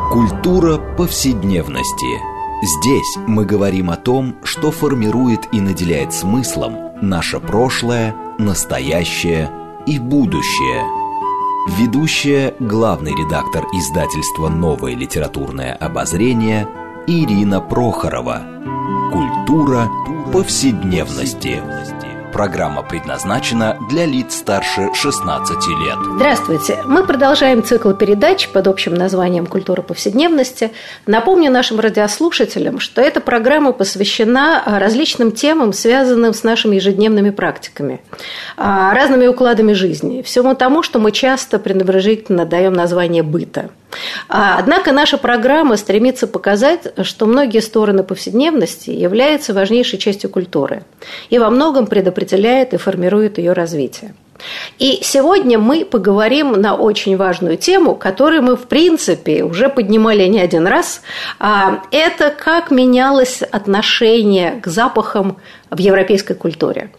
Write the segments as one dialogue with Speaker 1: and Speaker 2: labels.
Speaker 1: Культура повседневности. Здесь мы говорим о том, что формирует и наделяет смыслом наше прошлое, настоящее и будущее. Ведущая, главный редактор издательства «Новое литературное обозрение» Ирина Прохорова. Культура повседневности. Программа предназначена для лиц старше 16 лет.
Speaker 2: Здравствуйте. Мы продолжаем цикл передач под общим названием «Культура повседневности». Напомню нашим радиослушателям, что эта программа посвящена различным темам, связанным с нашими ежедневными практиками, разными укладами жизни, всему тому, что мы часто пренебрежительно даем название быта. Однако наша программа стремится показать, что многие стороны повседневности являются важнейшей частью культуры и во многом предопределяет и формирует ее развитие. И сегодня мы поговорим на очень важную тему, которую мы, в принципе, уже поднимали не один раз. Это как менялось отношение к запахам в европейской культуре.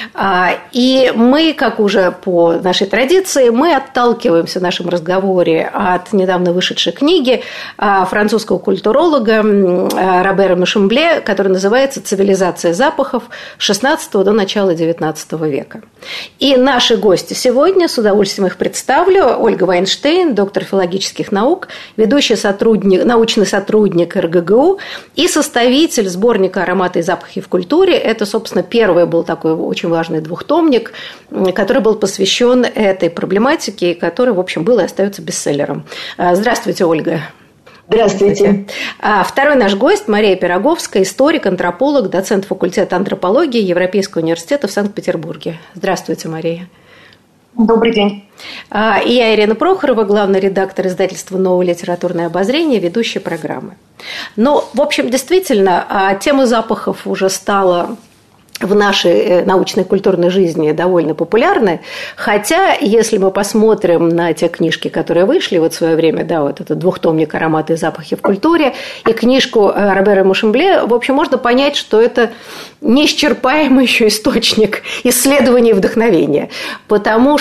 Speaker 2: И мы, как уже по нашей традиции, мы отталкиваемся в нашем разговоре от недавно вышедшей книги французского культуролога Робера Мушембле, которая называется «Цивилизация запахов с XVI до начала XIX века». И наши гости сегодня, с удовольствием их представлю: Ольга Вайнштейн, доктор филологических наук, ведущий научный сотрудник РГГУ и составитель сборника «Ароматы и запахи в культуре». Это, собственно, первый был такой очень важный двухтомник, который был посвящен этой проблематике, и который, в общем, был и остается бестселлером. Здравствуйте, Ольга.
Speaker 3: Здравствуйте.
Speaker 2: Второй наш гость — Мария Пироговская, историк, антрополог, доцент факультета антропологии Европейского университета в Санкт-Петербурге. Здравствуйте, Мария.
Speaker 3: Добрый день.
Speaker 2: И я, Ирина Прохорова, главный редактор издательства «Новое литературное обозрение», ведущая программы. Но, в общем, действительно, тема запахов уже стала в нашей научной культурной жизни довольно популярны, хотя, если мы посмотрим на те книжки, которые вышли в свое время, да, вот этот двухтомник «Ароматы и запахи в культуре» и книжку Робера Мушембле, в общем, можно понять, что это неисчерпаемый еще источник исследований и вдохновения, потому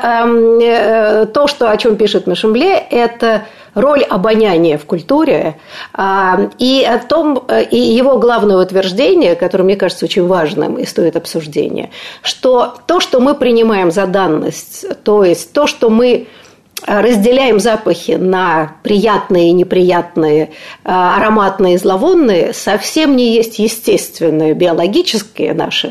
Speaker 2: что то, о чем пишет Мушембле, это роль обоняния в культуре, и его главное утверждение, которое, мне кажется, очень важным и стоит обсуждения, что то, что мы принимаем за данность, то есть то, что мы разделяем запахи на приятные и неприятные, ароматные и зловонные, совсем не есть естественные биологические наши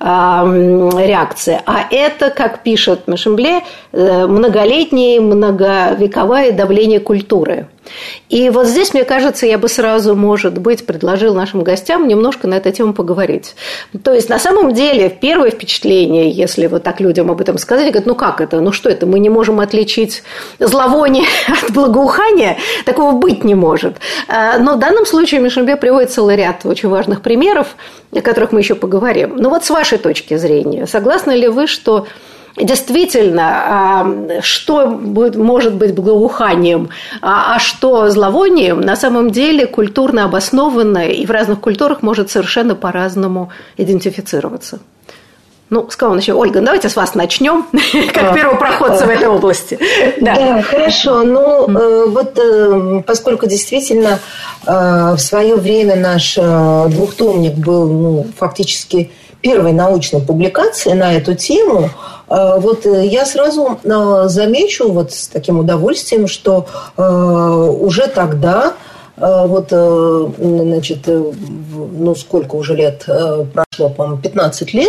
Speaker 2: реакции, а это, как пишет Мушембле, многолетнее, многовековое давление культуры. И вот здесь, мне кажется, я бы сразу, может быть, предложил нашим гостям немножко на эту тему поговорить. То есть, на самом деле, первое впечатление, если вот так людям об этом сказать, говорят, ну как это, ну что это, мы не можем отличить зловоние от благоухания, такого быть не может. Но в данном случае Мушембле приводит целый ряд очень важных примеров, о которых мы еще поговорим. Но вот с вашей точки зрения, согласны ли вы, что действительно, что может быть благоуханием, а что зловонием, на самом деле культурно обоснованное и в разных культурах может совершенно по-разному идентифицироваться? Ну, с кого начнем? Ольга, давайте с вас начнем, как первопроходца в этой области.
Speaker 3: Да, хорошо. Ну, вот поскольку действительно в свое время наш двухтомник был фактически первой научной публикацией на эту тему, вот я сразу замечу вот с таким удовольствием, что уже тогда, вот, значит, ну сколько уже лет прошло, по-моему, 15 лет,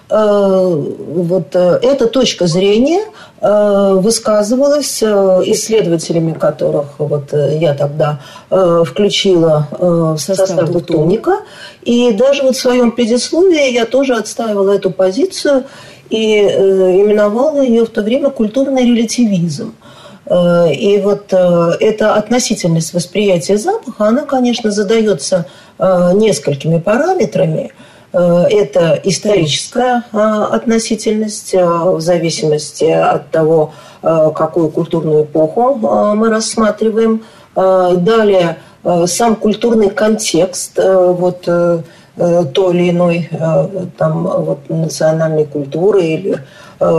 Speaker 3: вот эта точка зрения высказывалась исследователями, которых вот я тогда включила в состав двухтомника. И даже вот в своем предисловии я тоже отстаивала эту позицию и именовала ее в то время культурный релятивизм. И вот эта относительность восприятия запаха, она, конечно, задается несколькими параметрами. Это историческая относительность в зависимости от того, какую культурную эпоху мы рассматриваем. Далее сам культурный контекст вот той или иной там, вот, национальной культуры или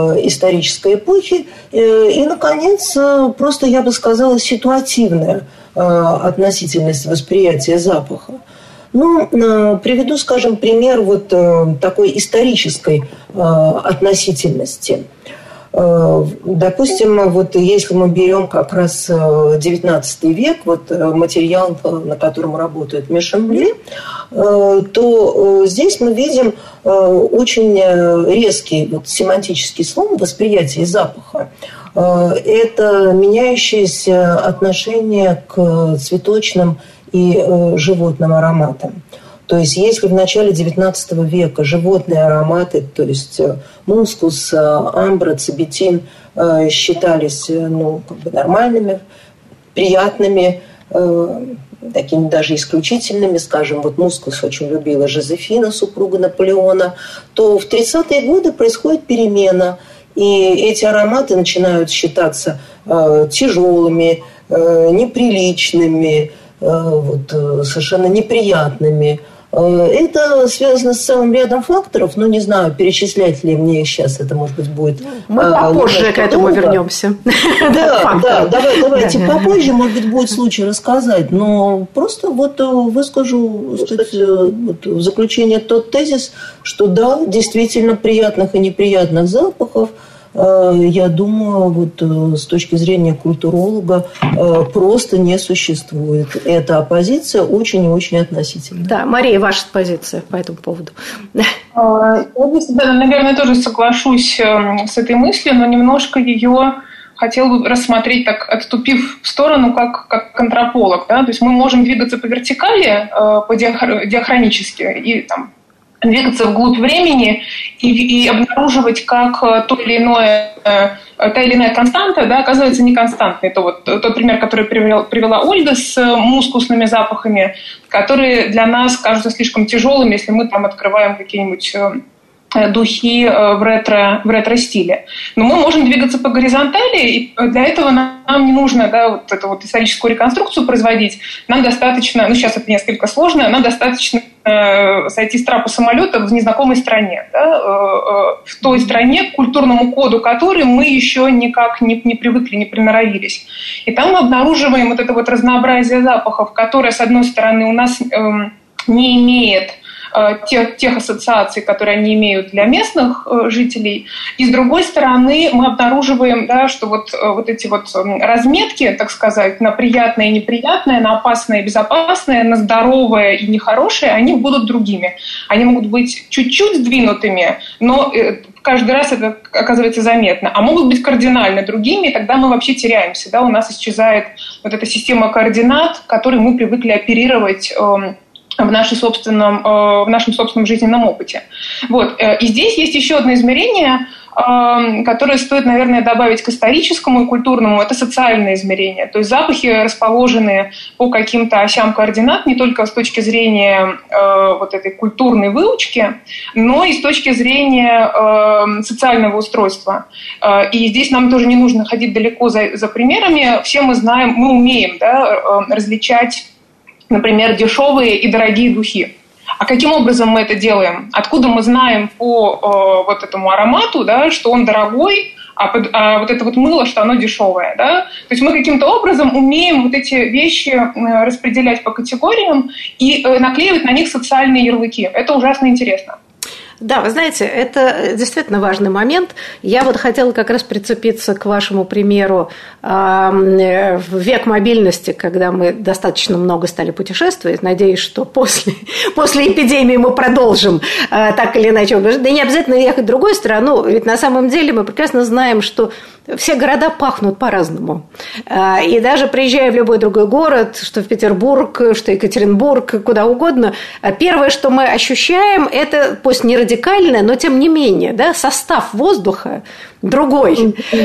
Speaker 3: исторической эпохи. И, наконец, просто, я бы сказала, ситуативная относительность восприятия запаха. Ну, приведу, скажем, пример вот такой исторической относительности. Допустим, вот если мы берем как раз XIX век, вот материал, на котором работает Мишембле, то здесь мы видим очень резкий вот семантический слом восприятия запаха. Это меняющееся отношение к цветочным и животным ароматам. То есть, если в начале XIX века животные ароматы, то есть мускус, амбра, цибетин, считались нормальными, приятными, такими даже исключительными, скажем, вот мускус очень любила Жозефина, супруга Наполеона, то в 30-е годы происходит перемена, и эти ароматы начинают считаться тяжелыми, неприличными, совершенно неприятными. Это связано с целым рядом факторов, но не знаю, перечислять ли мне их сейчас, это, может быть, будет...
Speaker 2: Мы попозже к этому вернемся.
Speaker 3: Да, давайте попозже, может быть, будет случай рассказать, но просто вот выскажу в заключение тот тезис, что да, действительно приятных и неприятных запахов, я думаю, вот с точки зрения культуролога просто не существует. Эта оппозиция очень и очень относительна.
Speaker 2: Да, Мария, ваша позиция по этому поводу?
Speaker 4: Я, наверное, тоже соглашусь с этой мыслью, но немножко ее хотела бы рассмотреть, так отступив в сторону, как антрополог. Да? То есть мы можем двигаться по вертикали, диахронически, и там двигаться вглубь времени и обнаруживать, как та или иная константа, да, оказывается неконстантной. Это вот тот пример, который привела Ольга с мускусными запахами, которые для нас кажутся слишком тяжелыми, если мы там открываем какие-нибудь духи в ретро-стиле. Но мы можем двигаться по горизонтали, и для этого нам не нужно вот эту вот историческую реконструкцию производить. Нам достаточно, сейчас это несколько сложно, нам достаточно сойти с трапа самолета в незнакомой стране. Да, в той стране, к культурному коду которой мы еще никак не привыкли, не приноровились. И там мы обнаруживаем вот это вот разнообразие запахов, которое, с одной стороны, у нас не имеет тех ассоциаций, которые они имеют для местных жителей. И с другой стороны, мы обнаруживаем, да, что вот эти вот разметки, так сказать, на приятное и неприятное, на опасное и безопасное, на здоровое и нехорошее, они будут другими. Они могут быть чуть-чуть сдвинутыми, но каждый раз это оказывается заметно. А могут быть кардинально другими, и тогда мы вообще теряемся. Да? У нас исчезает вот эта система координат, которой мы привыкли оперировать в нашем собственном жизненном опыте. Вот. И здесь есть еще одно измерение, которое стоит, наверное, добавить к историческому и культурному. Это социальное измерение. То есть запахи расположены по каким-то осям координат не только с точки зрения вот этой культурной выучки, но и с точки зрения социального устройства. И здесь нам тоже не нужно ходить далеко за примерами. Все мы знаем, мы умеем, да, различать, например, дешевые и дорогие духи. А каким образом мы это делаем? Откуда мы знаем по вот этому аромату, да, что он дорогой, а вот это вот мыло, что оно дешевое? Да? То есть мы каким-то образом умеем вот эти вещи распределять по категориям и наклеивать на них социальные ярлыки. Это ужасно интересно.
Speaker 2: Да, вы знаете, это действительно важный момент. Я вот хотела как раз прицепиться к вашему примеру в век мобильности, когда мы достаточно много стали путешествовать. Надеюсь, что после эпидемии мы продолжим так или иначе. Да не обязательно ехать в другую страну, ведь на самом деле мы прекрасно знаем, что все города пахнут по-разному. И даже приезжая в любой другой город, что в Петербург, что Екатеринбург, куда угодно, первое, что мы ощущаем, это пусть не радикальное, но тем не менее, да, состав воздуха другой.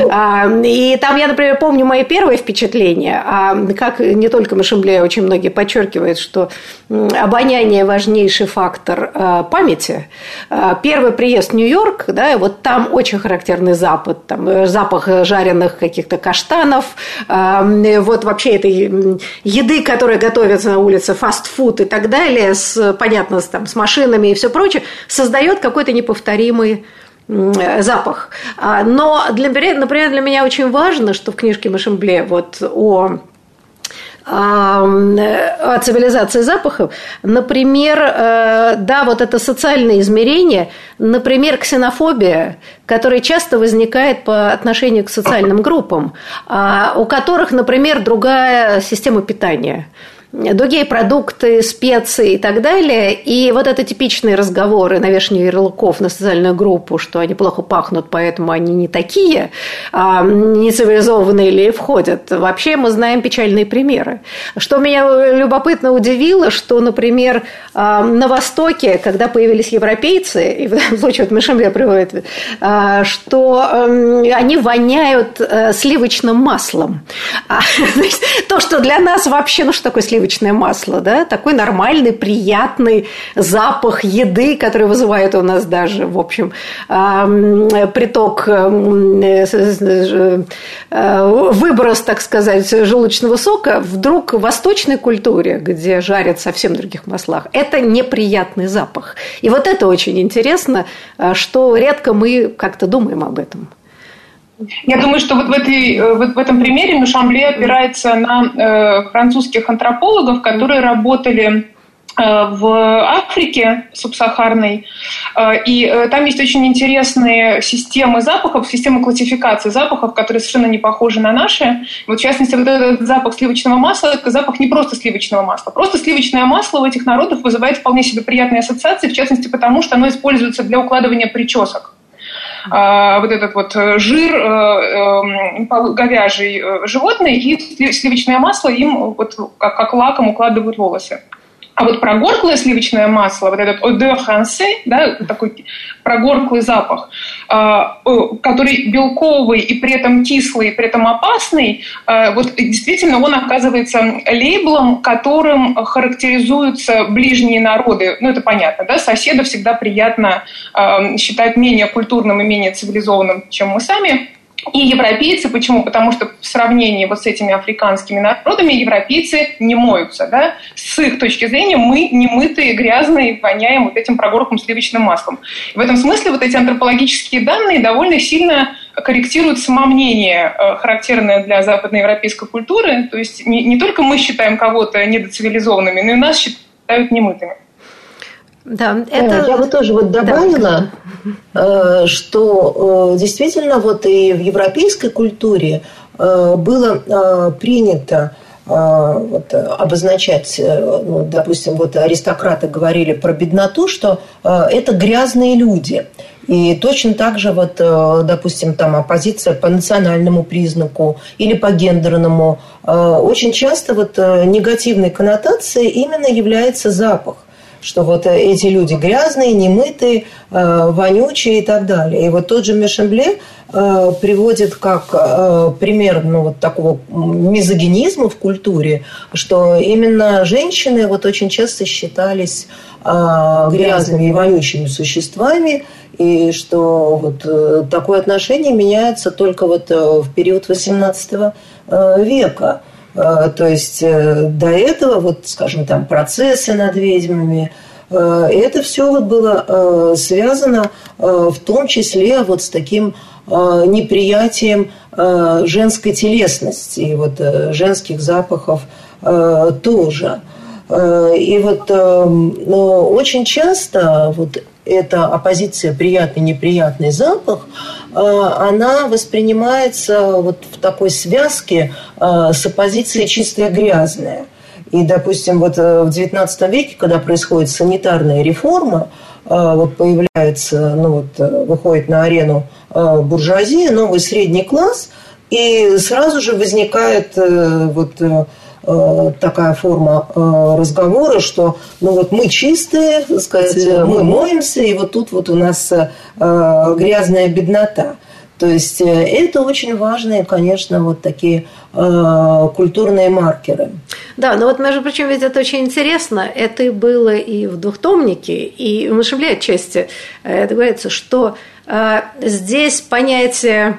Speaker 2: И там я, например, помню мои первые впечатления, как не только Мишембле, очень многие подчеркивают, что обоняние – важнейший фактор памяти. Первый приезд в Нью-Йорк, да, вот там очень характерный запах жареных каких-то каштанов, вот вообще этой еды, которая готовится на улице, фастфуд и так далее, понятно, с машинами и все прочее, создает какой-то неповторимый запах. Но, например, для меня очень важно, что в книжке Мишембле вот о о цивилизации запахов. Например, да, вот это социальное измерение, например, ксенофобия, которая часто возникает по отношению к социальным группам, у которых, например, другая система питания. Другие продукты, специи и так далее. И вот это типичные разговоры, навешивание ярлыков на социальную группу, что они плохо пахнут, поэтому они не такие, не цивилизованные или входят. Вообще мы знаем печальные примеры. Что меня любопытно удивило, что, например, на Востоке, когда появились европейцы, и в данном случае вот Мешемле приводит, что они воняют сливочным маслом. То, что для нас вообще, ну что такое сливочное масло, да, такой нормальный, приятный запах еды, который вызывает у нас даже, в общем, приток, выброс, так сказать, желудочного сока, вдруг в восточной культуре, где жарят совсем в других маслах, это неприятный запах. И вот это очень интересно, что редко мы как-то думаем об этом.
Speaker 4: Я думаю, что вот в этом примере Мешемле опирается на французских антропологов, которые работали в Африке субсахарной, и там есть очень интересные системы запахов, системы классификации запахов, которые совершенно не похожи на наши. Вот, в частности, вот этот запах сливочного масла – это запах не просто сливочного масла. Просто сливочное масло у этих народов вызывает вполне себе приятные ассоциации, в частности, потому что оно используется для укладывания причесок. Вот этот вот жир говяжий животный и сливочное масло им вот как лаком укладывают волосы. А вот прогорклое сливочное масло, вот этот odeur français, да, такой прогорклый запах, который белковый и при этом кислый, и при этом опасный, вот действительно он оказывается лейблом, которым характеризуются ближние народы. Ну, это понятно, да, соседа всегда приятно считать менее культурным и менее цивилизованным, чем мы сами. И европейцы, почему? Потому что в сравнении вот с этими африканскими народами европейцы не моются. Да? С их точки зрения мы немытые, грязные, воняем вот этим прогорклым сливочным маслом. И в этом смысле вот эти антропологические данные довольно сильно корректируют самомнение, характерное для западноевропейской культуры. То есть не только мы считаем кого-то недоцивилизованными, но и нас считают немытыми.
Speaker 2: Да, это...
Speaker 3: Я бы тоже вот добавила, что действительно вот и в европейской культуре было принято вот, обозначать, ну, допустим, вот аристократы говорили про бедноту, что это грязные люди. И точно так же, вот, допустим, там оппозиция по национальному признаку или по гендерному. Очень часто вот негативной коннотацией именно является запах. Что вот эти люди грязные, немытые, вонючие и так далее. И вот тот же Мешемле приводит как пример, ну, вот такого мизогинизма в культуре, что именно женщины вот очень часто считались грязными и вонючими существами, и что вот такое отношение меняется только вот в период XVIII века. То есть до этого, вот, скажем, там процессы над ведьмами, это все вот было связано в том числе вот с таким неприятием женской телесности и вот женских запахов тоже. И вот очень часто вот эта оппозиция приятный-неприятный запах, она воспринимается вот в такой связке с оппозицией чистое-грязное. И, допустим, вот в XIX веке, когда происходит санитарная реформа, вот появляется, ну вот выходит на арену буржуазия, новый средний класс, и сразу же возникает вот такая форма разговора, что ну вот мы чистые, так сказать, мы моемся, и вот тут вот у нас грязная беднота. То есть это очень важные, конечно, вот такие культурные маркеры.
Speaker 2: Да, но вот, между прочим, ведь это очень интересно. Это и было и в двухтомнике, и в Мешемле отчасти это говорится, что здесь понятие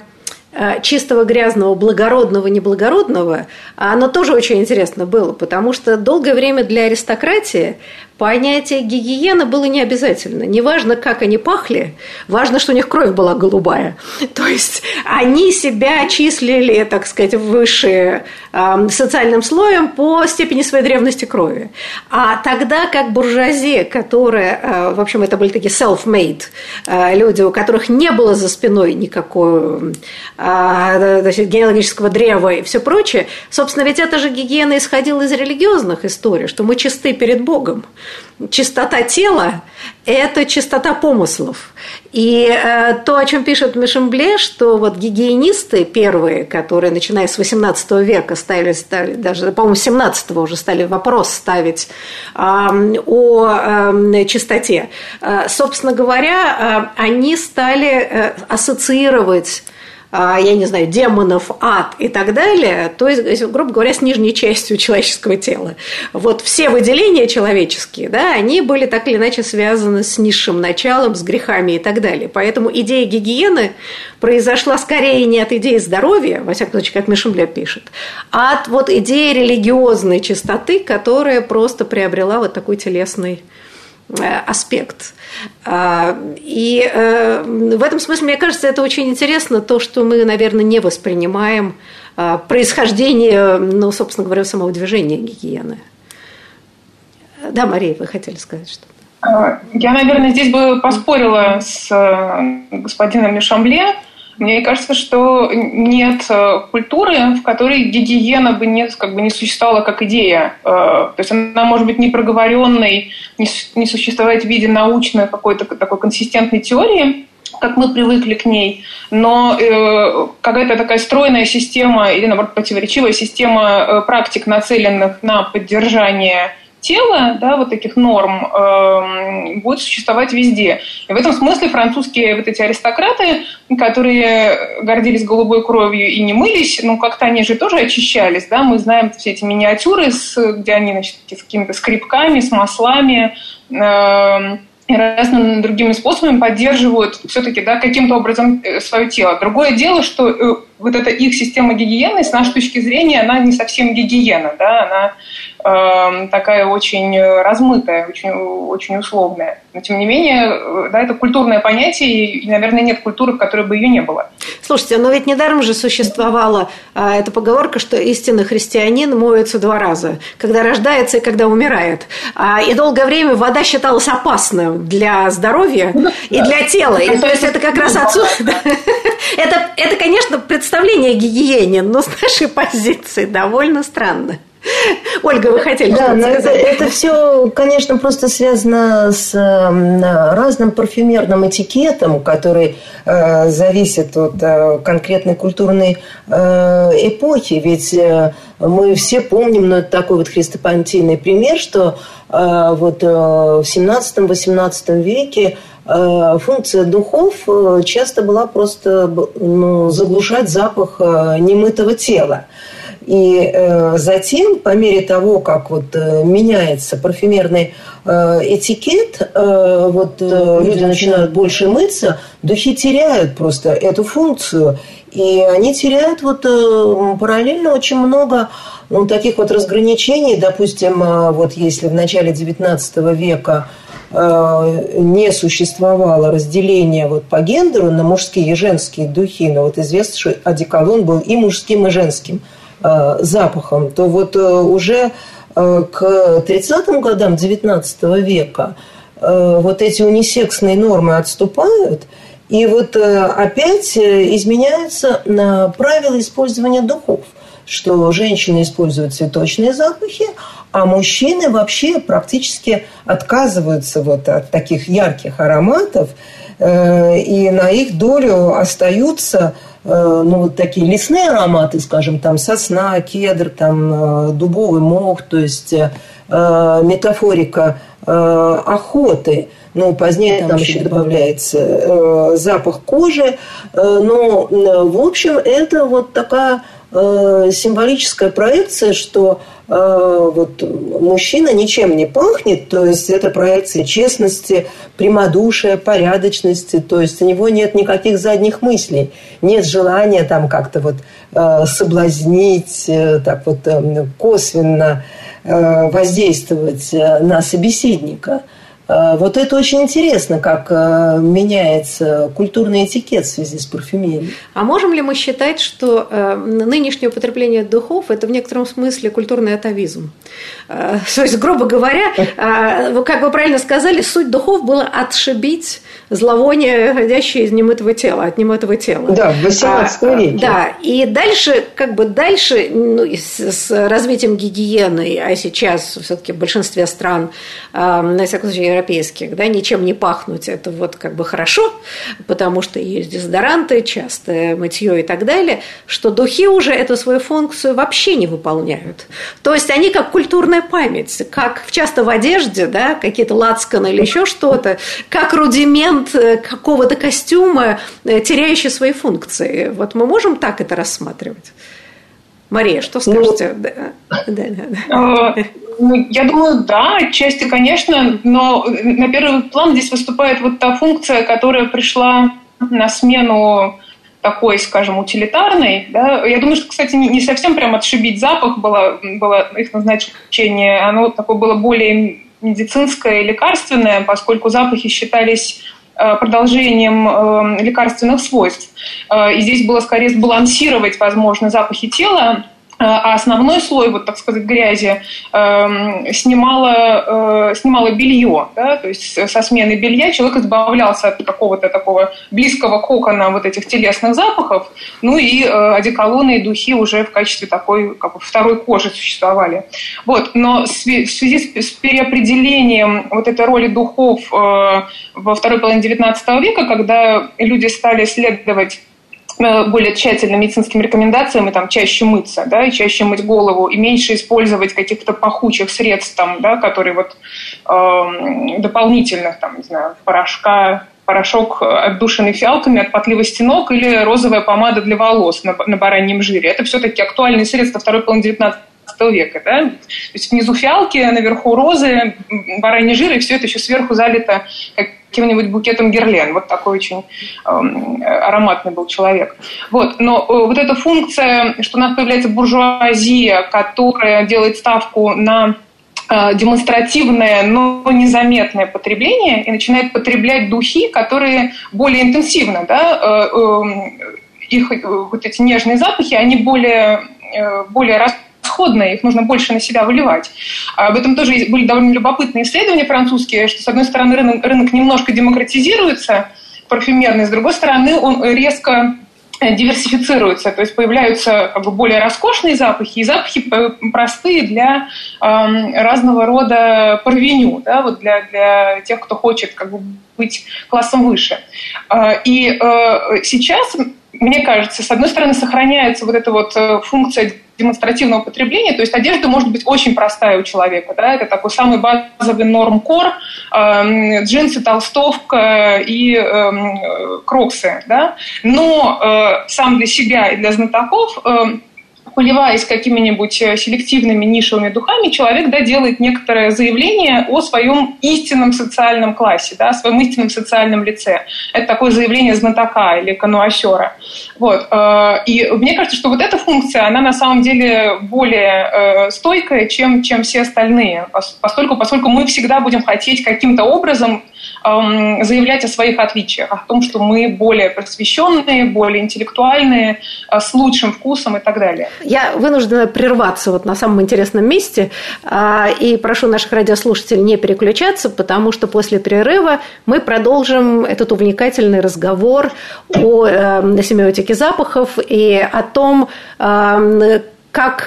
Speaker 2: чистого, грязного, благородного, неблагородного, оно тоже очень интересно было, потому что долгое время для аристократии понятие гигиены было не обязательно. Неважно, как они пахли, важно, что у них кровь была голубая. То есть они себя числили, так сказать, выше социальным слоем по степени своей древности крови. А тогда как буржуазия, которая, в общем, это были такие self-made люди, у которых не было за спиной никакого генеалогического древа и все прочее, собственно, ведь эта же гигиена исходила из религиозных историй, что мы чисты перед Богом. Чистота тела – это чистота помыслов. И то, о чем пишет Мишембле, что вот гигиенисты первые, которые, начиная с XVIII века, стали даже, по-моему, с XVII уже стали вопрос ставить о чистоте, собственно говоря, они стали ассоциировать, я не знаю, демонов, ад и так далее, то есть, грубо говоря, с нижней частью человеческого тела. Вот все выделения человеческие, да, они были так или иначе связаны с низшим началом, с грехами и так далее. Поэтому идея гигиены произошла скорее не от идеи здоровья, во всяком случае, как Мишембле пишет, а от вот идеи религиозной чистоты, которая просто приобрела вот такой телесный аспект. И в этом смысле, мне кажется, это очень интересно, то, что мы, наверное, не воспринимаем происхождение, ну, собственно говоря, самого движения гигиены. Да, Мария, вы хотели сказать что-то?
Speaker 4: Я, наверное, здесь бы поспорила с господином Мишембле. Мне кажется, что нет культуры, в которой гигиена бы не существовала как идея. То есть она может быть непроговоренной, не существовать в виде научной какой-то такой консистентной теории, как мы привыкли к ней, но какая-то такая стройная система или, наоборот, противоречивая система практик, нацеленных на поддержание тела, да, вот таких норм, будет существовать везде. И в этом смысле французские вот эти аристократы, которые гордились голубой кровью и не мылись, ну, как-то они же тоже очищались, да, мы знаем все эти миниатюры, где они, значит, с какими-то скребками, с маслами, и разными другими способами поддерживают все-таки, да, каким-то образом свое тело. Другое дело, что вот эта их система гигиены, с нашей точки зрения, она не совсем гигиена, да, она такая очень размытая, очень, очень условная. Но, тем не менее, да, это культурное понятие, и, наверное, нет культуры, в которой бы ее не было.
Speaker 2: Слушайте, но ведь недаром же существовала эта поговорка, что истинный христианин моется 2 раза, когда рождается и когда умирает. И долгое время вода считалась опасной для здоровья и для тела. И, то есть это как раз отсюда. Это, конечно, представление о гигиене, но с нашей позиции довольно странно. Ольга, вы хотели что-то сказать?
Speaker 3: Это все, конечно, просто связано с разным парфюмерным этикетом, который зависит от конкретной культурной эпохи. Ведь мы все помним, но это такой вот хрестопонтийный пример, что вот в 17-18 веке функция духов часто была просто заглушать запах немытого тела. И затем, по мере того, как вот меняется парфюмерный этикет, вот люди начинают больше мыться, духи теряют просто эту функцию. И они теряют вот параллельно очень много таких вот разграничений. Допустим, вот если в начале XIX века не существовало разделения вот по гендеру на мужские и женские духи, но вот известно, что одеколон был и мужским, и женским запахом, то вот уже к 30-м годам XIX века вот эти унисексные нормы отступают, и вот опять изменяются правила использования духов, что женщины используют цветочные запахи, а мужчины вообще практически отказываются вот от таких ярких ароматов, и на их долю остаются вот такие лесные ароматы, скажем, там сосна, кедр, там дубовый мох, то есть метафорика охоты. Позднее там еще добавляется запах кожи. Но, в общем, это вот такая символическая проекция, что вот мужчина ничем не пахнет, то есть это проекция честности, прямодушия, порядочности, то есть у него нет никаких задних мыслей, нет желания там как-то вот соблазнить, так вот косвенно воздействовать на собеседника. Вот это очень интересно, как меняется культурный этикет в связи с парфюмерией. А можем ли мы считать, что нынешнее употребление духов – это в некотором смысле культурный атавизм? То есть, грубо говоря, как вы правильно сказали, суть духов была отшибить зловоние, исходящее из немытого тела, от немытого тела. Да, в XVIII веке. Да, и дальше, с развитием гигиены, а сейчас все-таки в большинстве стран, на всяком случае, европейских, да, ничем не пахнуть, это вот как бы хорошо, потому что есть дезодоранты, частое мытье и так далее, что духи уже эту свою функцию вообще не выполняют. То есть они как культурная память, как часто в одежде, да, какие-то лацканы или еще что-то, как рудимент какого-то костюма, теряющий свои функции. Вот мы можем так это рассматривать? Мария, что скажете?
Speaker 4: Я думаю, да, отчасти, конечно, но на первый план здесь выступает вот та функция, которая пришла на смену такой, скажем, утилитарной. Да? Я думаю, что, кстати, не совсем прям отшибить запах было их назначение, оно такое было более медицинское и лекарственное, поскольку запахи считались продолжением лекарственных свойств. И здесь было скорее сбалансировать, возможно, запахи тела, а основной слой, вот так сказать, грязи снимало белье, да, то есть со смены белья человек избавлялся от какого-то такого близкого кокона вот этих телесных запахов, ну и одеколоны и духи уже в качестве такой как бы второй кожи существовали. Вот, но в связи с переопределением вот этой роли духов во второй половине XIX века, когда люди стали исследовать более тщательно медицинским рекомендациям и там чаще мыться, да, и чаще мыть голову, и меньше использовать каких-то пахучих средств, там, да, которые вот дополнительных, там, не знаю, порошок, отдушенный фиалками от потливости ног или розовая помада для волос на бараньем жире. Это все-таки актуальные средства второй половины XIX века. Да? То есть внизу фиалки, наверху розы, бараний жир, и все это еще сверху залито каким-нибудь букетом герлен. Вот такой очень ароматный был человек. Вот. Но вот эта функция, что у нас появляется буржуазия, которая делает ставку на демонстративное, но незаметное потребление и начинает потреблять духи, которые более интенсивно, да, их вот эти нежные запахи, они более расходные, их нужно больше на себя выливать. Об этом тоже были довольно любопытные исследования французские, что, с одной стороны, рынок немножко демократизируется, парфюмерный, с другой стороны, он резко диверсифицируется, то есть появляются как бы более роскошные запахи и запахи простые для разного рода парвеню, да, вот для тех, кто хочет как бы быть классом выше. И сейчас, мне кажется, с одной стороны, сохраняется вот эта вот функция демонстративного потребления, то есть одежда может быть очень простая у человека, да, это такой самый базовый норм-кор, джинсы, толстовка и кроксы, да, но сам для себя и для знатоков, поливаясь какими-нибудь селективными нишевыми духами, человек, да, делает некоторое заявление о своем истинном социальном классе, да, о своем истинном социальном лице. Это такое заявление знатока или конуассера. Вот. И мне кажется, что вот эта функция, она на самом деле более стойкая, чем все остальные, поскольку мы всегда будем хотеть каким-то образом заявлять о своих отличиях, о том, что мы более просвещенные, более интеллектуальные, с лучшим вкусом и так далее.
Speaker 2: Я вынуждена прерваться вот на самом интересном месте и прошу наших радиослушателей не переключаться, потому что после перерыва мы продолжим этот увлекательный разговор о семиотике запахов и о том, как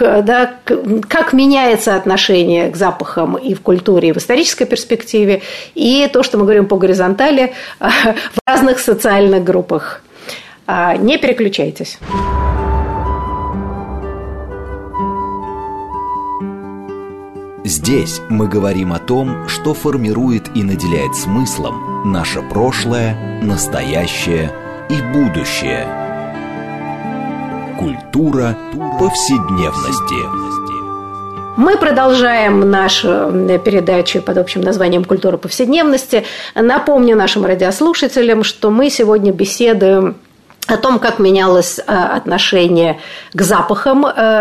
Speaker 2: меняется отношение к запахам и в культуре, и в исторической перспективе, и то, что мы говорим по горизонтали в разных социальных группах. Не переключайтесь.
Speaker 1: Здесь мы говорим о том, что формирует и наделяет смыслом наше прошлое, настоящее и будущее. Культура повседневности.
Speaker 2: Мы продолжаем нашу передачу под общим названием «Культура повседневности». Напомню нашим радиослушателям, что мы сегодня беседуем о том, как менялось отношение к запахам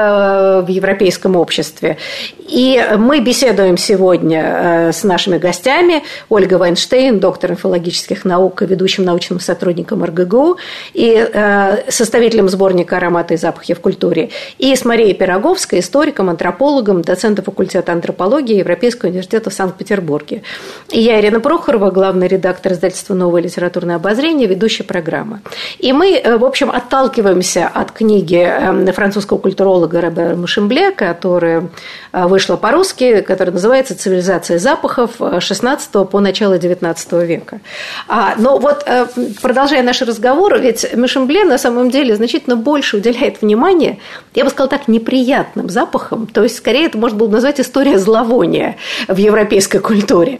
Speaker 2: в европейском обществе. И мы беседуем сегодня с нашими гостями: Ольга Вайнштейн, доктор инфологических наук и ведущим научным сотрудником РГГУ, и составителем сборника «Ароматы и запахи в культуре», и с Марией Пироговской, историком, антропологом, доцентом факультета антропологии Европейского университета в Санкт-Петербурге. И я, Ирина Прохорова, главный редактор издательства «Новое литературное обозрение», ведущая программы. И мы, в общем, отталкиваемся от книги французского культуролога Робера Мушембле, которая вышла по-русски, которая называется «Цивилизация запахов с XVI по начало XIX века». Но вот, продолжая наш разговор, ведь Мушембле на самом деле значительно больше уделяет внимания, я бы сказала так, неприятным запахам, то есть, скорее, это можно было назвать история зловония в европейской культуре,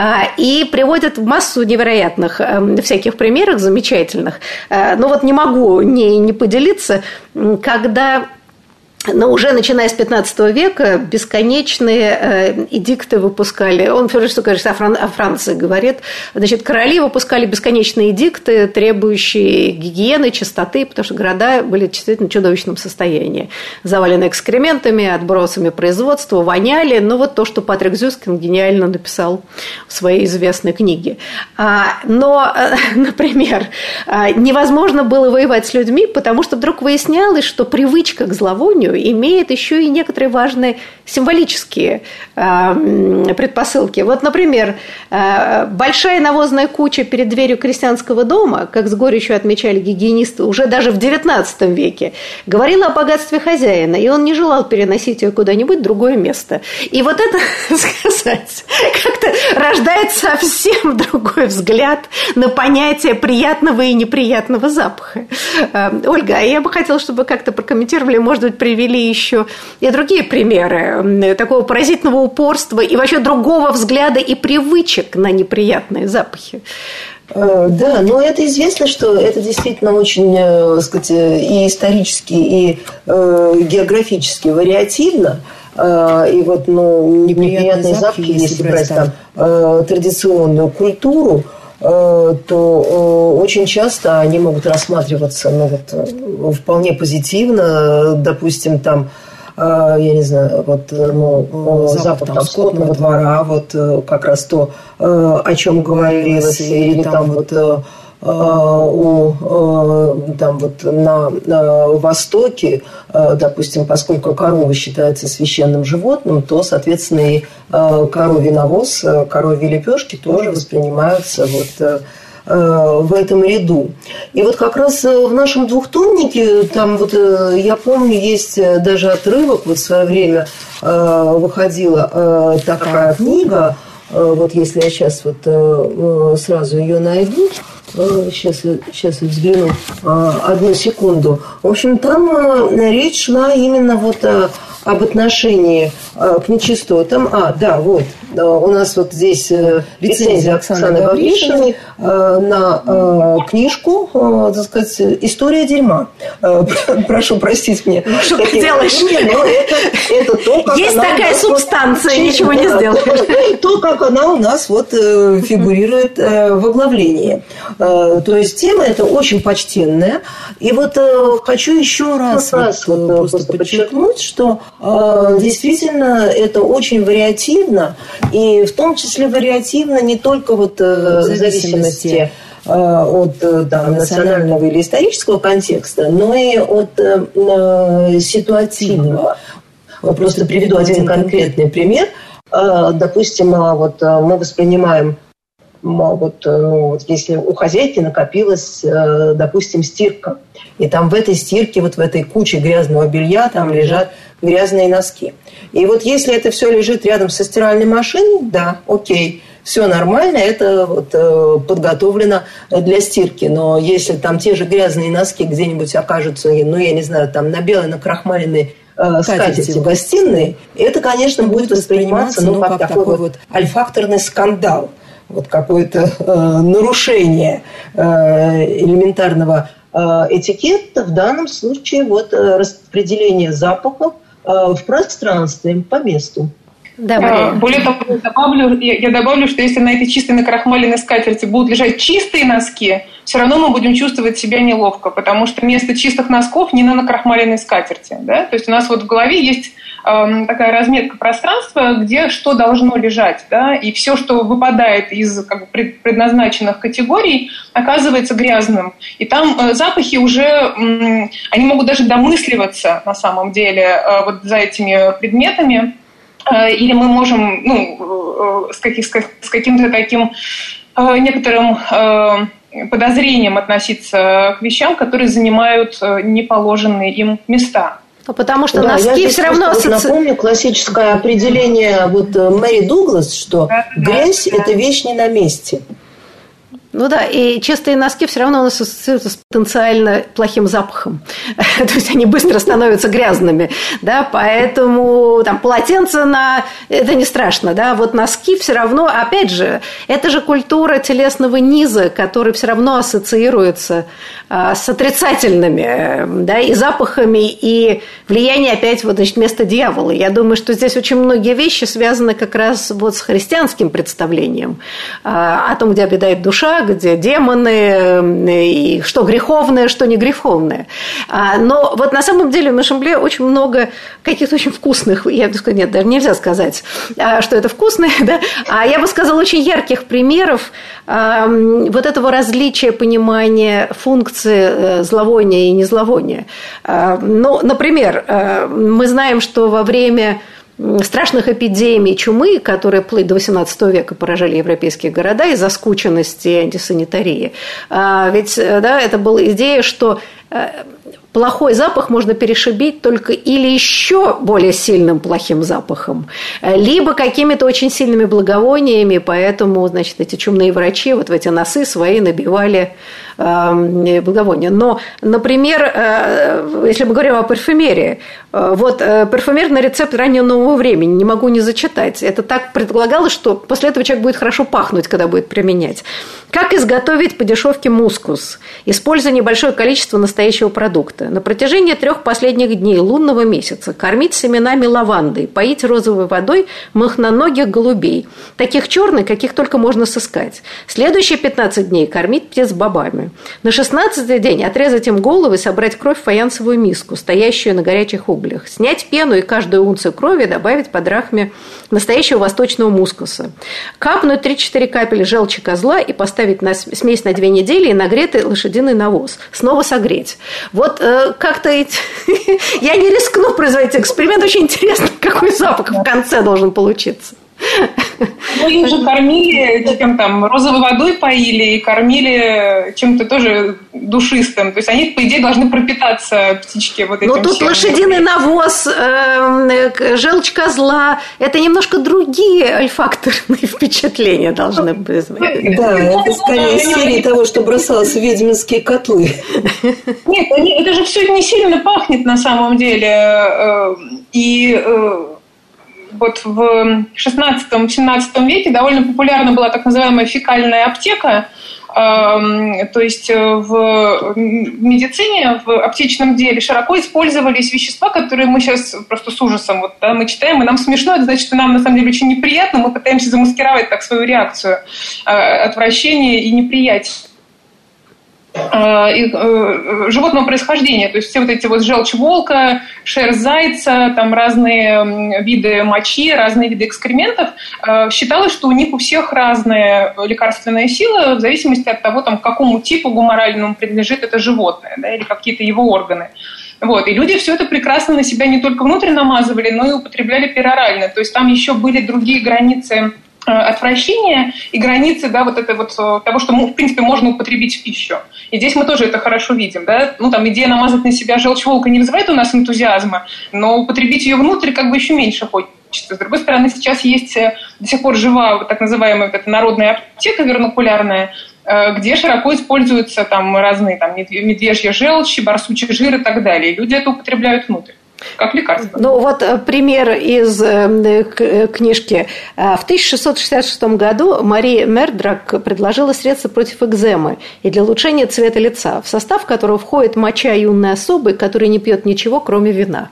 Speaker 2: и приводит массу невероятных всяких примеров замечательных. Но вот не могу не поделиться, когда... Но уже начиная с XV века бесконечные эдикты выпускали. Он, прежде всего, конечно, о Франции говорит. Значит, короли выпускали бесконечные эдикты, требующие гигиены, чистоты, потому что города были действительно в чудовищном состоянии. Завалены экскрементами, отбросами производства, воняли. Ну, вот то, что Патрик Зюскин гениально написал в своей известной книге. Но, например, невозможно было воевать с людьми, потому что вдруг выяснялось, что привычка к зловонию имеет еще и некоторые важные символические предпосылки. Вот, например, большая навозная куча перед дверью крестьянского дома, как с горечью отмечали гигиенисты уже даже в XIX веке, говорила о богатстве хозяина, и он не желал переносить ее куда-нибудь в другое место. И вот это, сказать, как-то рождает совсем другой взгляд на понятие приятного и неприятного запаха. Ольга, я бы хотела, чтобы вы как-то прокомментировали, может быть, привели еще и другие примеры такого поразительного упорства и вообще другого взгляда и привычек на неприятные запахи.
Speaker 3: Да, но это известно, что это действительно очень, так сказать, и исторически, и географически вариативно. И вот, неприятные запахи, если брать там традиционную культуру, то очень часто они могут рассматриваться вполне позитивно. Допустим, там, я не знаю, запах там скотного двора, как раз то, о чем говорилось, или там на Востоке, допустим, поскольку корова считается священным животным, то, соответственно, и коровий навоз, коровьи лепешки тоже воспринимаются в этом ряду. И вот как раз в нашем двухтомнике, там я помню, есть даже отрывок, в свое время выходила такая книга, если я сейчас сразу ее найду, сейчас я взгляну, одну секунду. В общем, там речь шла именно об отношении к нечистотам. У нас здесь рецензия Оксаны Гавришиной на книжку, так сказать, «История дерьма». Прошу простить мне.
Speaker 2: Что ты делаешь?
Speaker 3: Это то, как
Speaker 2: есть такая субстанция, ничего не сделаешь.
Speaker 3: То, как она у нас фигурирует в оглавлении. То есть тема эта очень почтенная. И хочу еще раз просто подчеркнуть, что действительно это очень вариативно, и в том числе вариативно не только в зависимости от национального или исторического контекста, но и от ситуативного. Просто приведу один конкретный пример. Допустим, мы воспринимаем, если у хозяйки накопилась, допустим, стирка, и там в этой стирке, в этой куче грязного белья там лежат грязные носки. И если это все лежит рядом со стиральной машиной, да, окей, все нормально, это подготовлено для стирки. Но если там те же грязные носки где-нибудь окажутся, я не знаю, там на белой накрахмаленной скатерти в гостиной, это, конечно, будет восприниматься как такой альфакторный скандал. Какое-то нарушение элементарного этикет в данном случае вот распределение запахов в пространстве, по месту.
Speaker 2: Да,
Speaker 4: более того, я добавлю, что если на этой чистой накрахмаленной скатерти будут лежать чистые носки, все равно мы будем чувствовать себя неловко, потому что место чистых носков не на накрахмаленной скатерти. Да? То есть у нас вот в голове есть такая разметка пространства, где что должно лежать. Да? И все, что выпадает из предназначенных категорий, оказывается грязным. И там запахи уже, они могут даже домысливаться на самом деле вот за этими предметами. Или мы можем с каким-то таким некоторым подозрением относиться к вещам, которые занимают неположенные им места.
Speaker 2: Потому что носки все равно...
Speaker 3: Напомню классическое определение Мэри Дуглас, что грязь – это вещь не на месте.
Speaker 2: Ну да, и чистые носки все равно у нас ассоциируются с потенциально плохим запахом. То есть они быстро становятся грязными, да, поэтому там полотенце это не страшно, да, вот носки все равно, опять же, это же культура телесного низа, который все равно ассоциируется с отрицательными, да, и запахами, и влияние опять место дьявола. Я думаю, что здесь очень многие вещи связаны как раз с христианским представлением о том, где обитает душа, где демоны, и что греховное, что не греховное. Но вот на самом деле в Мешембле очень много каких-то очень вкусных, я бы сказала, нет, даже нельзя сказать, что это вкусное, да, а я бы сказала, очень ярких примеров вот этого различия понимания функции зловония и незловония. Ну, например, мы знаем, что во время страшных эпидемий чумы, которые вплоть до XVIII века поражали европейские города из-за скученности и антисанитарии. Ведь да, это была идея, что плохой запах можно перешибить только или еще более сильным плохим запахом, либо какими-то очень сильными благовониями, поэтому, значит, эти чумные врачи в эти носы свои набивали благовония. Но, например, если мы говорим о парфюмерии, парфюмерный рецепт раннего нового времени, не могу не зачитать. Это так предполагалось, что после этого человек будет хорошо пахнуть, когда будет применять. Как изготовить по дешевке мускус, используя небольшое количество настоящего продукта? На протяжении 3 последних дней лунного месяца кормить семенами лаванды, поить розовой водой махноногих голубей, таких черных, каких только можно сыскать. Следующие 15 дней кормить птиц бобами. На 16-й день отрезать им головы и собрать кровь в фаянсовую миску, стоящую на горячих углях. Снять пену и каждую унцию крови добавить по драхме настоящего восточного мускуса. Капнуть 3-4 капели желчи козла и поставить смесь на 2 недели и нагретый лошадиный навоз. Снова согреть. Вот как-то я не рискну производить эксперимент. Очень интересно, какой запах в конце должен получиться.
Speaker 4: Ну, их же кормили, розовой водой поили и кормили чем-то тоже душистым. То есть они, по идее, должны пропитаться, птички, вот этим.
Speaker 2: Но тут всем. Лошадиный навоз, желчь козла, это немножко другие ольфакторные впечатления должны быть.
Speaker 3: Да, это скорее серия того, что brосалось в ведьминские котлы.
Speaker 4: Нет, это же все не сильно пахнет на самом деле. И вот в XVI-XVII веке довольно популярна была так называемая фекальная аптека. То есть в медицине, в аптечном деле широко использовались вещества, которые мы сейчас просто с ужасом мы читаем, и нам смешно, это значит, что нам на самом деле очень неприятно, мы пытаемся замаскировать так свою реакцию отвращения и неприятия. Животного происхождения, то есть все эти желчь волка, шерсть зайца, там разные виды мочи, разные виды экскрементов, считалось, что у них у всех разная лекарственная сила в зависимости от того, к какому типу гуморальному принадлежит это животное, да, или какие-то его органы. И люди все это прекрасно на себя не только внутрь намазывали, но и употребляли перорально, то есть там еще были другие границы отвращения и границы, да, того, что, в принципе, можно употребить в пищу. И здесь мы тоже это хорошо видим, да. Идея намазать на себя желчь волка не вызывает у нас энтузиазма, но употребить ее внутрь еще меньше хочется. С другой стороны, сейчас есть до сих пор жива так называемая народная аптека вернокулярная, где широко используются разные медвежья желчь, барсучий жир и так далее. И люди это употребляют внутрь. как лекарство.
Speaker 2: Ну вот пример из книжки. В 1666 году Мари Мердрак предложила средство против экземы и для улучшения цвета лица, в состав которого входит моча юной особы, которая не пьет ничего, кроме вина.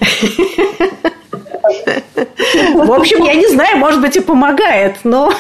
Speaker 2: В общем, я не знаю, может быть, и помогает, но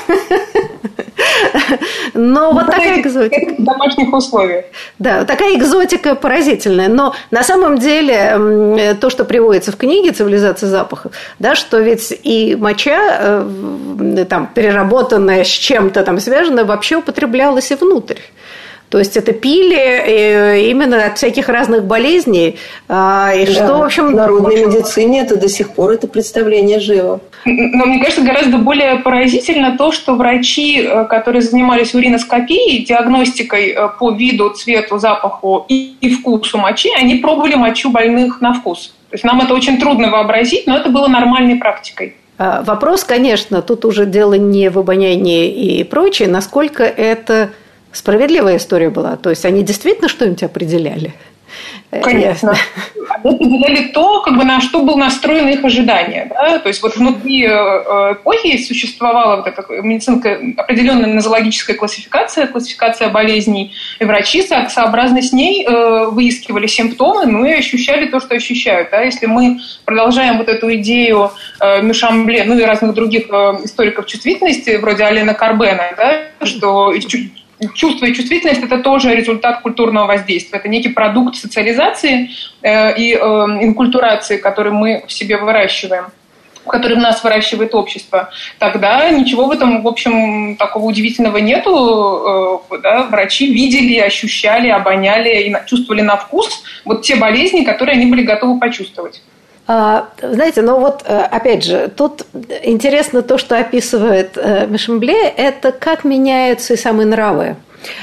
Speaker 2: вот такая экзотика.
Speaker 4: В домашних условиях.
Speaker 2: Да, такая экзотика поразительная. Но на самом деле то, что приводится в книге «Цивилизация запахов», да, что ведь и моча, там, переработанная с чем-то там связанная, вообще употреблялась и внутрь. То есть это пили именно от всяких разных болезней. И что, в общем...
Speaker 3: В народной медицине это до сих пор это представление живо.
Speaker 4: Но мне кажется, гораздо более поразительно то, что врачи, которые занимались уриноскопией, диагностикой по виду, цвету, запаху и вкусу мочи, они пробовали мочу больных на вкус. То есть нам это очень трудно вообразить, но это было нормальной практикой.
Speaker 2: Вопрос, конечно, тут уже дело не в обонянии и прочее, насколько это... справедливая история была. То есть они действительно что-нибудь определяли?
Speaker 4: Конечно. Они определяли то, как бы, на что было настроено их ожидание. Да? То есть вот внутри эпохи существовала вот эта определенная нозологическая классификация болезней, и врачи сообразно с ней выискивали симптомы, ну и ощущали то, что ощущают. Да? Если мы продолжаем вот эту идею Мюшамбле, ну и разных других историков чувствительности, вроде Алена Карбена, да, что чувство и чувствительность – это тоже результат культурного воздействия. Это некий продукт социализации и инкультурации, который мы в себе выращиваем, который в нас выращивает общество. Тогда ничего в этом, в общем, такого удивительного нету. Да? Врачи видели, ощущали, обоняли и чувствовали на вкус вот те болезни, которые они были готовы почувствовать.
Speaker 2: Знаете, ну вот, опять же, тут интересно то, что описывает Мюшамбле, это как меняются и самые нравы.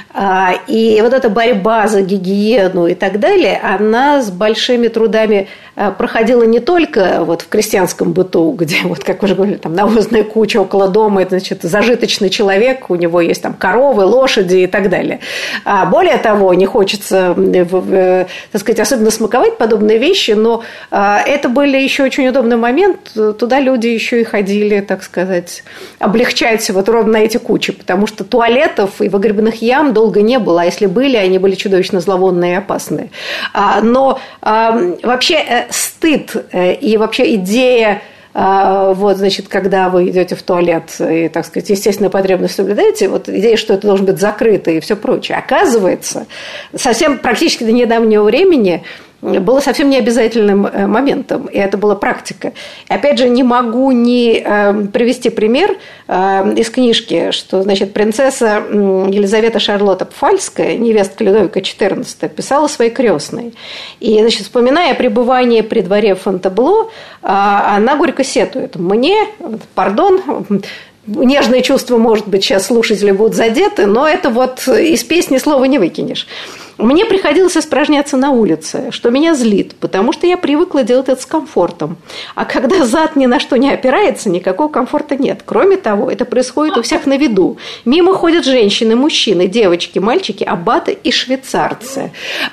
Speaker 2: И вот эта борьба за гигиену и так далее, она с большими трудами проходила не только вот в крестьянском быту, где, вот, как вы же говорили, там навозная куча около дома, это, значит, зажиточный человек, у него есть там коровы, лошади и так далее. Более того, не хочется, так сказать, особенно смаковать подобные вещи, но это были еще очень удобный момент, туда люди еще и ходили, так сказать, облегчать вот ровно на эти кучи, потому что туалетов и выгребных ям долго не было, а если были, они были чудовищно зловонные и опасные. Но вообще стыд и вообще идея, вот, значит, когда вы идете в туалет и, так сказать, естественную потребность соблюдаете, вот идея, что это должно быть закрыто и все прочее, оказывается, совсем практически до недавнего времени было совсем не обязательным моментом, и это была практика. И опять же, не могу не привести пример из книжки, что, значит, принцесса Елизавета Шарлотта Пфальцкая, невестка Людовика XIV, писала своей крестной. И, значит, вспоминая пребывание при дворе Фонтабло, она горько сетует: мне, пардон, нежные чувства, может быть, сейчас слушатели будут задеты, но это вот из песни слова не выкинешь. Мне приходилось испражняться на улице, что меня злит, потому что я привыкла делать это с комфортом. А когда зад ни на что не опирается, никакого комфорта нет. Кроме того, это происходит у всех на виду. Мимо ходят женщины, мужчины, девочки, мальчики, аббаты и швейцарцы.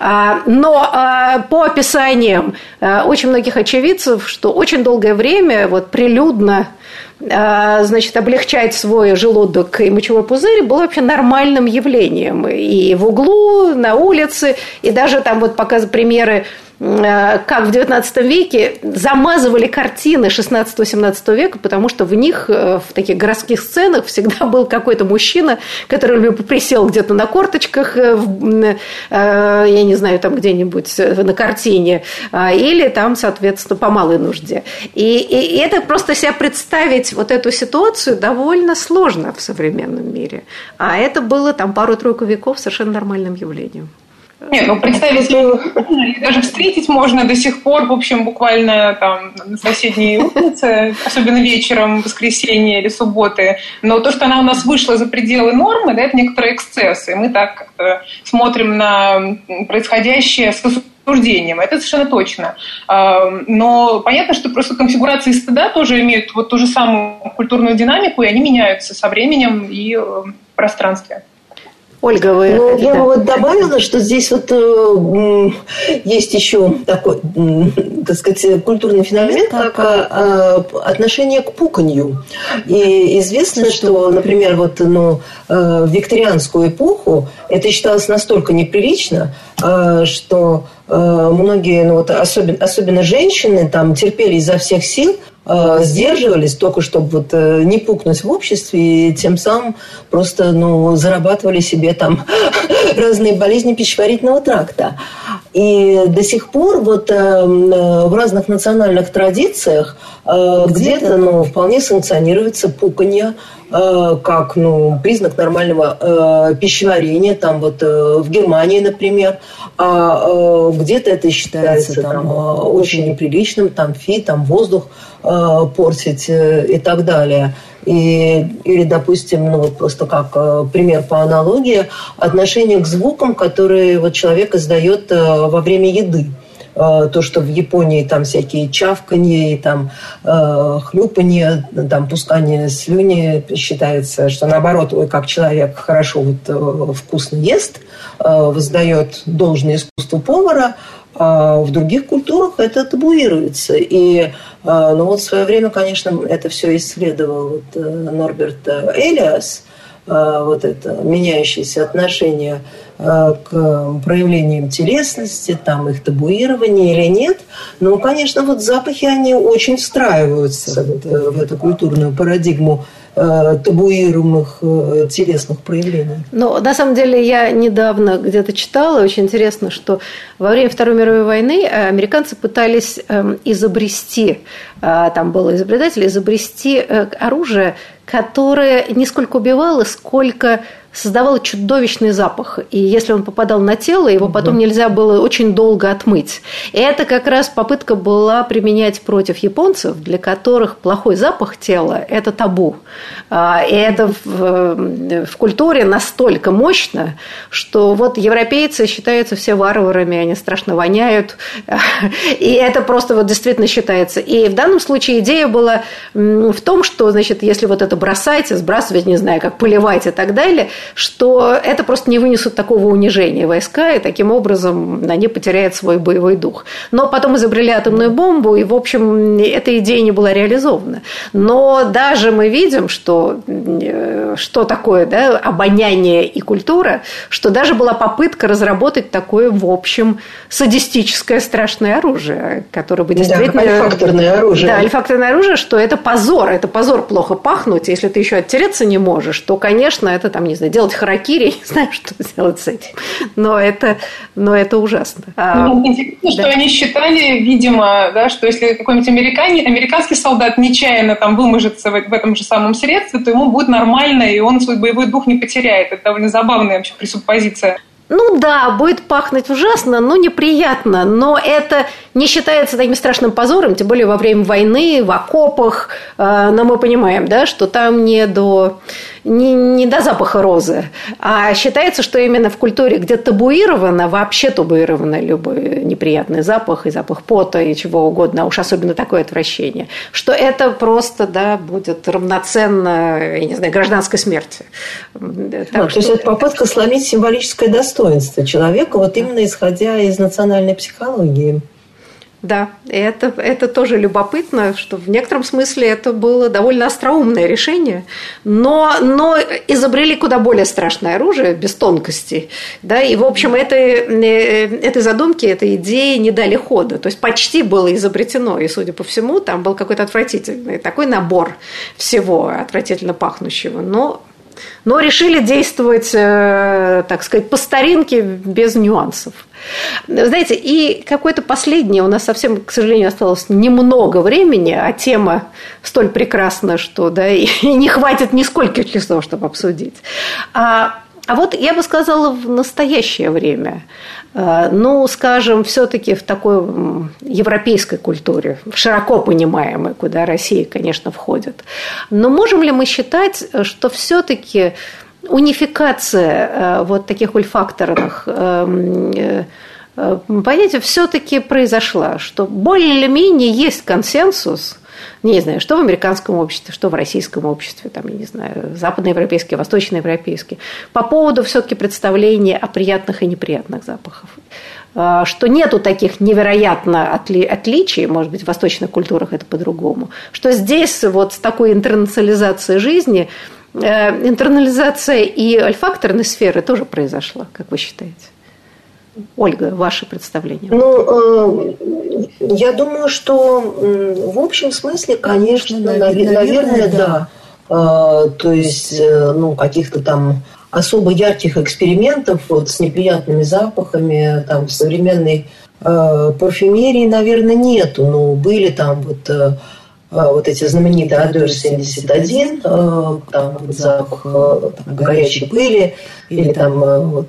Speaker 2: Но по описаниям очень многих очевидцев, что очень долгое время вот прилюдно, значит, облегчать свой желудок и мочевой пузырь было вообще нормальным явлением. И в углу, на улице, и даже там вот показывают примеры, как в XIX веке замазывали картины XVI-XVII века, потому что в них, в таких городских сценах, всегда был какой-то мужчина, который присел где-то на корточках, я не знаю, там где-нибудь на картине, или там, соответственно, по малой нужде. И это просто себе представить вот эту ситуацию довольно сложно в современном мире. А это было там пару-тройку веков совершенно нормальным явлением.
Speaker 4: Нет, ну представить или даже встретить можно до сих пор, в общем, буквально там на соседней улице, особенно вечером, воскресенья или субботы. Но то, что она у нас вышла за пределы нормы, да, это некоторые эксцессы. Мы так как-то смотрим на происходящее с осуждением. Это совершенно точно. Но понятно, что просто конфигурации стыда тоже имеют вот ту же самую культурную динамику, и они меняются со временем и в пространстве.
Speaker 2: Ольга, вы...
Speaker 3: Я бы вот добавила, что здесь вот есть еще такой, так сказать, культурный феномен, как отношение к пуканью. И известно, что, например, вот, в викторианскую эпоху это считалось настолько неприлично, что многие, особенно женщины, там терпели изо всех сил, сдерживались только, чтобы вот не пукнуть в обществе, и тем самым просто зарабатывали себе там разные болезни пищеварительного тракта. И до сих пор вот в разных национальных традициях где-то вполне санкционируется пуканье как признак нормального пищеварения, там вот в Германии, например, а где-то это считается там очень неприличным, там воздух портить и так далее. Или, допустим, просто как пример по аналогии, отношение к звукам, которые вот человек издает во время еды. То, что в Японии там всякие чавканье и там хлюпанье, там пускание слюни считается, что наоборот, как человек хорошо вкусно ест, воздает должное искусству повара, а в других культурах это табуируется. И в свое время, конечно, это все исследовал Норберт Элиас, это меняющееся отношение к проявлениям телесности, там их табуирование или нет. Но, конечно, запахи, они очень встраиваются в эту культурную парадигму табуируемых телесных проявлений.
Speaker 2: Но на самом деле я недавно где-то читала, очень интересно, что во время Второй мировой войны американцы пытались изобрести, там был изобретатель, изобрести оружие, которое не сколько убивало, сколько создавало чудовищный запах. И если он попадал на тело, его потом нельзя было очень долго отмыть. И это как раз попытка была применять против японцев, для которых плохой запах тела – это табу. И это в культуре настолько мощно, что европейцы считаются все варварами, они страшно воняют. И это просто действительно считается. И в данном случае идея была в том, что, если это бросать, сбрасывать, не знаю, как поливать и так далее, что это просто не вынесут такого унижения войска, и таким образом они потеряют свой боевой дух. Но потом изобрели атомную бомбу, и, в общем, эта идея не была реализована. Но даже мы видим, что такое обоняние и культура, что даже была попытка разработать такое, в общем, садистическое страшное оружие, которое бы действительно...
Speaker 3: альфакторное оружие.
Speaker 2: Да, альфакторное оружие, что это позор плохо пахнуть, если ты еще оттереться не можешь, то, конечно, это делать харакири, не знаю, что делать с этим. Но это ужасно.
Speaker 4: Интересно, что они считали, видимо, что если какой-нибудь американский солдат нечаянно вымажется в этом же самом средстве, то ему будет нормально, и он свой боевой дух не потеряет. Это довольно забавная вообще пресуппозиция.
Speaker 2: Будет пахнуть ужасно, но неприятно, но это не считается таким страшным позором, тем более во время войны, в окопах, но мы понимаем, что там не до запаха розы, а считается, что именно в культуре, где вообще табуировано любой неприятный запах, и запах пота, и чего угодно, а уж особенно такое отвращение, что это просто, будет равноценно, я не знаю, гражданской смерти.
Speaker 3: То есть это попытка сломить символическое достоинство человека, именно исходя из национальной психологии.
Speaker 2: Да, это тоже любопытно, что в некотором смысле это было довольно остроумное решение, но изобрели куда более страшное оружие, без тонкостей. Да, и, в общем, этой задумке, этой идее не дали хода. То есть почти было изобретено, и, судя по всему, там был какой-то отвратительный такой набор всего отвратительно пахнущего, но решили действовать, так сказать, по старинке, без нюансов. Знаете, и какое-то последнее, у нас совсем, к сожалению, осталось немного времени, а тема столь прекрасна, что и не хватит нискольких часов, чтобы обсудить. А я бы сказала, в настоящее время, скажем, все-таки в такой европейской культуре, широко понимаемой, куда Россия, конечно, входит. Но можем ли мы считать, что все-таки унификация таких ольфакторных понятий все-таки произошла, что более-менее есть консенсус Не знаю, что в американском обществе, что в российском обществе, там, я не знаю, западноевропейские, восточноевропейские, по поводу все-таки представления о приятных и неприятных запахах. Что нету таких невероятно отличий, может быть, в восточных культурах это по-другому, что здесь вот с такой интернационализацией жизни, интернализация и ольфакторной сферы тоже произошла, как вы считаете? Ольга, ваше представление.
Speaker 3: Я думаю, что в общем смысле, конечно, наверное, да. То есть, каких-то там особо ярких экспериментов вот, с неприятными запахами там, в современной парфюмерии, наверное, нету. Но были там вот эти знаменитые Odeur 71, там вот запах там, горячей пыли, или там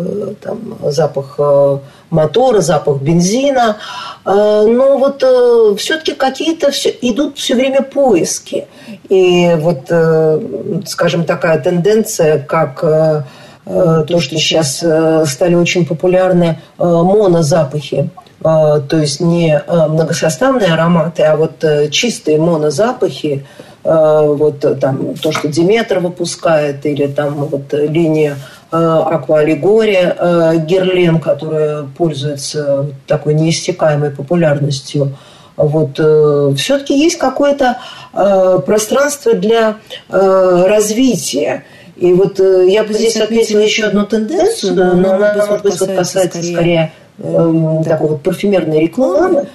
Speaker 3: запах мотора, запах бензина. Но вот все-таки какие-то идут все время поиски. И вот, скажем, такая тенденция, как то, что сейчас стали очень популярны монозапахи. То есть не многосоставные ароматы, а вот чистые монозапахи, вот там то, что Диметр выпускает, или там вот линия Аква Аллегория Герлен, которая пользуется такой неиссякаемой популярностью. Вот все-таки есть какое-то пространство для развития. И вот я бы здесь отметила еще одну тенденцию, но она, может быть, касается скорее такой вот парфюмерной рекламы,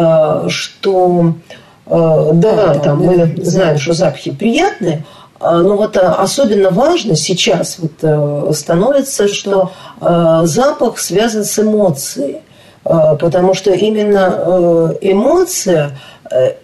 Speaker 3: что да, там мы знаем, что запахи приятные, но вот особенно важно сейчас вот становится, что запах связан с эмоцией, потому что именно эмоция –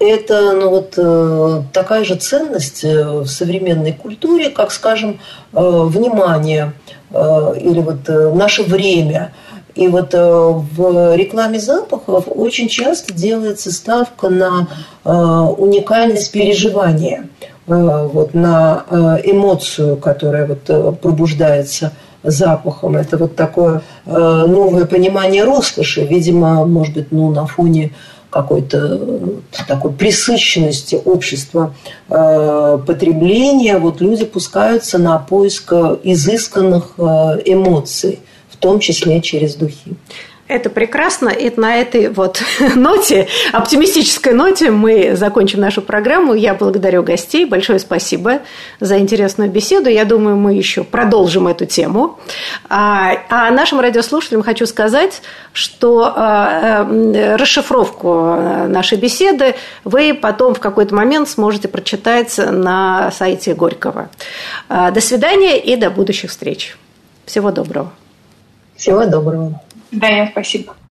Speaker 3: это такая же ценность в современной культуре, как, скажем, внимание или вот наше время. И вот в рекламе запахов очень часто делается ставка на уникальность переживания, вот на эмоцию, которая вот пробуждается запахом. Это вот такое новое понимание роскоши, видимо, может быть, на фоне какой-то такой пресыщенности общества потребления, вот люди пускаются на поиск изысканных эмоций, в том числе через духи.
Speaker 2: Это прекрасно. И на этой вот ноте, оптимистической ноте, мы закончим нашу программу. Я благодарю гостей. Большое спасибо за интересную беседу. Я думаю, мы еще продолжим эту тему. А нашим радиослушателям хочу сказать, что расшифровку нашей беседы вы потом в какой-то момент сможете прочитать на сайте Горького. До свидания и до будущих встреч. Всего доброго.
Speaker 3: Всего доброго.
Speaker 4: Да, спасибо.